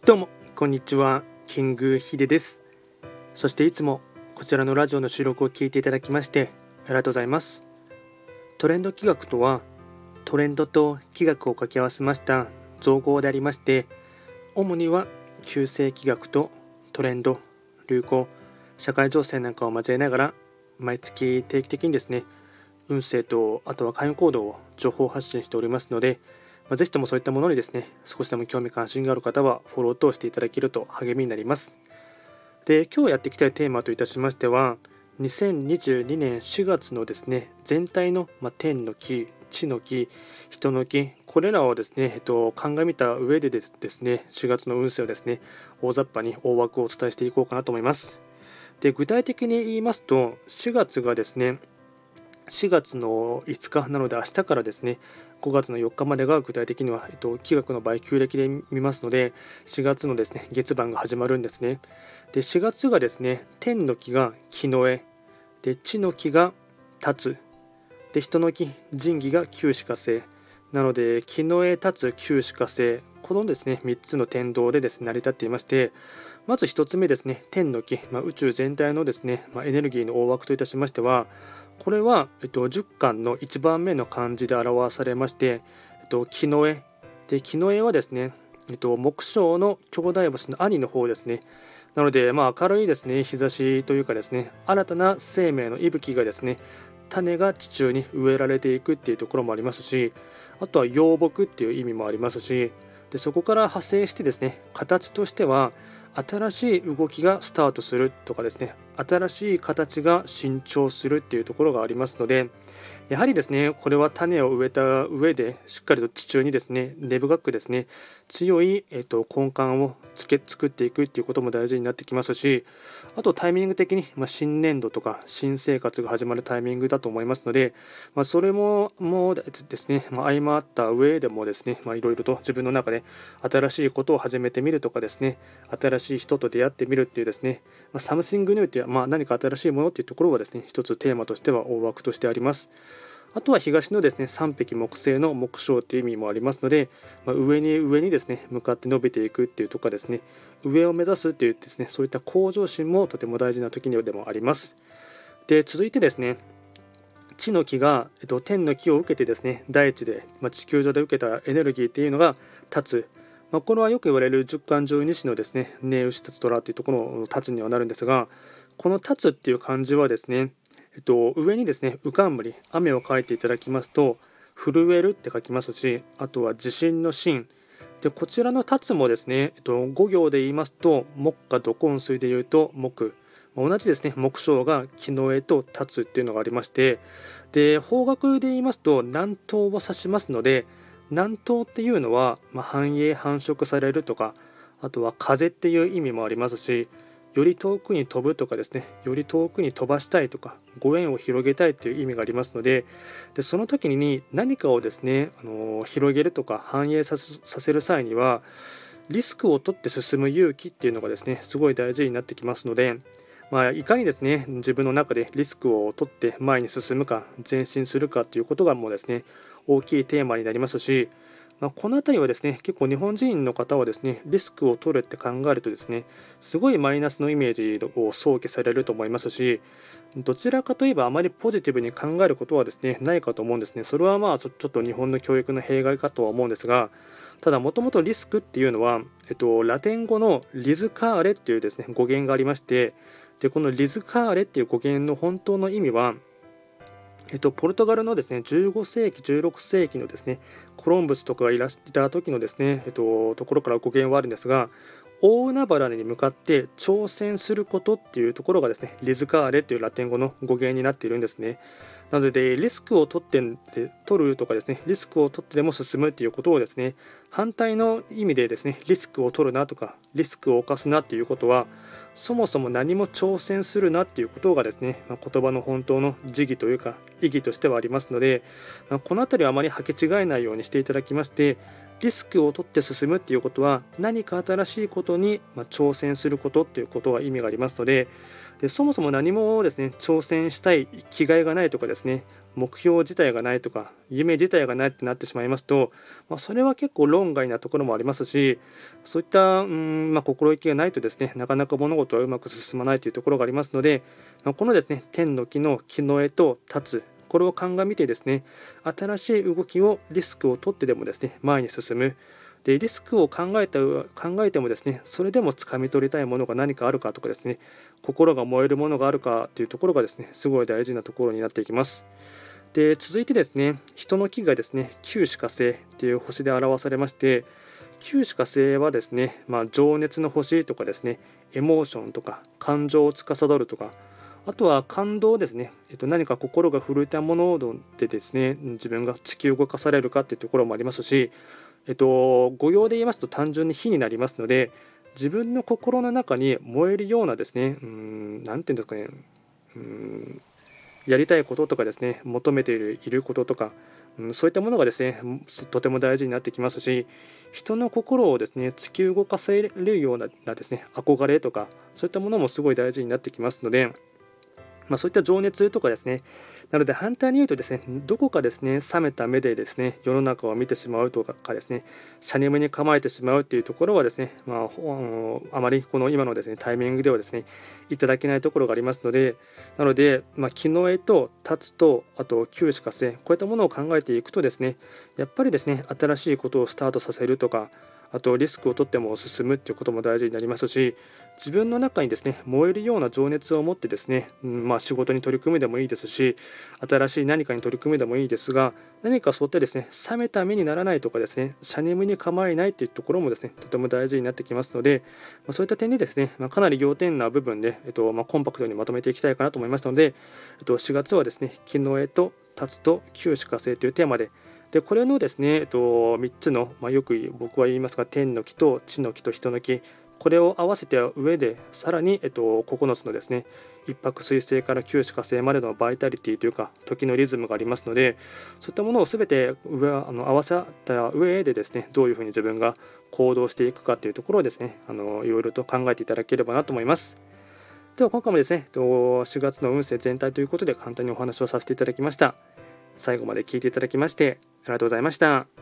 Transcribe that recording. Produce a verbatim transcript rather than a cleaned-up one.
どうもこんにちは、キングヒデです。そしていつもこちらのラジオの収録を聞いていただきましてありがとうございます。トレンド企画とは、トレンドと企画を掛け合わせました造語でありまして、主には旧世企画とトレンド、流行、社会情勢なんかを交えながら毎月定期的にですね、運勢とあとは開運行動を情報発信しておりますので、まあ、ぜひともそういったものにですね、少しでも興味関心がある方はフォロー等していただけると励みになります。で、今日やっていきたいテーマといたしましては、にせんにじゅうにねんしがつのですね、全体の、まあ、天の気、地の気、人の気、これらをですね、えっと、鑑みた上でですですね、しがつの運勢をですね、大雑把に大枠をお伝えしていこうかなと思います。で、具体的に言いますと、しがつがですね、しがつのいつかなので明日からですね、ごがつのよっかまでが具体的には、えっと、気学の場合旧暦で見ますので、しがつのですね、月番が始まるんですね。で、しがつがですね、天の気が木の絵、で、地の気が立つ、で、人の気、仁義が九死火星。なので、木の絵立つ九死火星、このですね、みっつの天道でですね、成り立っていまして、まずひとつめですね、天の気、まあ、宇宙全体のですね、まあ、エネルギーの大枠といたしましては、これは、えっと、じゅっかんのいちばんめの漢字で表されまして、えっと、木の絵で、木の絵はですね、えっと、木星の兄弟星の兄の方ですね。なので、まあ、明るいですね、日差しというかですね、新たな生命の息吹がですね、種が地中に植えられていくっていうところもありますし、あとは養木っていう意味もありますし、でそこから派生してですね、形としては新しい動きがスタートするとかですね、新しい形が伸長するっていうところがありますので、やはりですね、これは種を植えた上でしっかりと地中にですね、根深くですね、強い、えっと、根幹をつけ作っていくっていうことも大事になってきますし、あとタイミング的に、まあ、新年度とか新生活が始まるタイミングだと思いますので、まあ、それももうですね、まあ、相まった上でもですね、まあ、いろいろと自分の中で新しいことを始めてみるとかですね、新しい人と出会ってみるっていうですね、まあ、サムシングニューっていう、まあ、何か新しいものっていうところはですね、一つテーマとしては大枠としてあります。あとは東のですね、三匹木星の木星という意味もありますので、まあ、上に上にですね、向かって伸びていくっていうとかですね、上を目指すっていうですね、そういった向上心もとても大事な時にでもあります。で、続いてですね、地の木が、えっと、天の木を受けてですね、大地で、まあ、地球上で受けたエネルギーっていうのが立つ。まあ、これはよく言われる十干十二支のですね、根牛立虎というところの立つにはなるんですが、この立つっていう漢字はですね、えっと、上にですね、浮かんむり、雨を書いていただきますと、震えるって書きますし、あとは地震の震。で、こちらの立つもですね、えっと、ご行で言いますと、木火土金水で言うと木。同じですね、木章が木の絵と立つっていうのがありまして、で、方角で言いますと、南東を指しますので、南東っていうのは、まあ、繁栄繁殖されるとか、あとは風っていう意味もありますし、より遠くに飛ぶとかですね、より遠くに飛ばしたいとか、ご縁を広げたいという意味がありますので、でその時に何かをですね、あの広げるとか繁栄させさせる際には、リスクを取って進む勇気っていうのがですね、すごい大事になってきますので、まあ、いかにですね、自分の中でリスクを取って前に進むか、前進するかということがもうですね、大きいテーマになりますし、まあ、この辺りはですね、結構日本人の方はですね、リスクを取るって考えるとですね、すごいマイナスのイメージを想起されると思いますし、どちらかといえばあまりポジティブに考えることはですね、ないかと思うんですね。それはまあちょっと日本の教育の弊害かとは思うんですが、ただもともとリスクっていうのは、えっと、ラテン語のリズカーレっていうですね、語源がありまして、でこのリズカーレっていう語源の本当の意味は、えっと、ポルトガルのですね、じゅうごせいき、じゅうろくせいきのですね、コロンブスとかがいらした時のですね、えっと、ところから語源はあるんですが、大海原に向かって挑戦することっていうところがですね、リズカーレというラテン語の語源になっているんですね。なので、リスクを取って取るとかですね、リスクを取ってでも進むっていうことをですね、反対の意味でですね、リスクを取るなとか、リスクを冒すなっていうことは、そもそも何も挑戦するなっていうことがですね、まあ、言葉の本当の時義というか意義としてはありますので、まあ、この辺りはあまり履き違えないようにしていただきまして、リスクを取って進むっていうことは何か新しいことにまあ挑戦することっていうことは意味がありますので、でそもそも何もですね挑戦したい気概がないとかですね、 目標自体がないとか夢自体がないってなってしまいますと、まあ、それは結構論外なところもありますし、そういったうん、まあ、心意気がないとですね、なかなか物事はうまく進まないというところがありますので、まあ、このですね天の木の木の絵と立つ、これを鑑みてですね、新しい動きをリスクを取ってでもですね前に進む。でリスクを考えた考えてもですね、それでも掴み取りたいものが何かあるかとかですね、心が燃えるものがあるかというところがですね、すごい大事なところになっていきます。で続いてですね、人の木がですね九死火星という星で表されまして、九死火星はですね、まあ、情熱の星とかですね、エモーションとか感情を司るとか、あとは感動ですね、えっと、何か心が震えたものでですね、自分が突き動かされるかというところもありますし、えっと、語用で言いますと単純に火になりますので、自分の心の中に燃えるようなですね、うーん、なんていうんですかね、うーん、やりたいこととかですね、求めている、いることとか、うん、そういったものがですね、とても大事になってきますし、人の心をですね、突き動かせるようなですね、憧れとか、そういったものもすごい大事になってきますので、まあ、そういった情熱とかですね、なので反対に言うとですね、どこかですね、冷めた目でですね、世の中を見てしまうとかですね、シャニムに構えてしまうっていうところはですね、まあ、ほあまりこの今のですね、タイミングではですね、いただけないところがありますので、なので、まあ、木の絵と立つと、あと九死火星、こういったものを考えていくとですね、やっぱりですね、新しいことをスタートさせるとか、あとリスクを取っても進むっていうことも大事になりますし、自分の中にですね燃えるような情熱を持ってですね、うんまあ、仕事に取り組むでもいいですし、新しい何かに取り組むでもいいですが、何かそういったですね冷めた目にならないとかですね、シャニムに構えないというところもですねとても大事になってきますので、まあ、そういった点でですね、まあ、かなり要点な部分で、えっとまあ、コンパクトにまとめていきたいかなと思いましたので、えっと、しがつはですね木の絵と立つと九死火星というテーマで、でこれのですね、えっと、みっつの、まあ、よく僕は言いますが、天の木と地の木と人の木、これを合わせた上で、さらに、えっと、ここのつのですね、一泊水星から九死火星までのバイタリティというか、時のリズムがありますので、そういったものをすべて上あの合わせた上でですね、どういうふうに自分が行動していくかというところをですね、あのいろいろと考えていただければなと思います。では今回もですね、しがつの運勢全体ということで簡単にお話をさせていただきました。最後まで聞いていただきましてありがとうございました。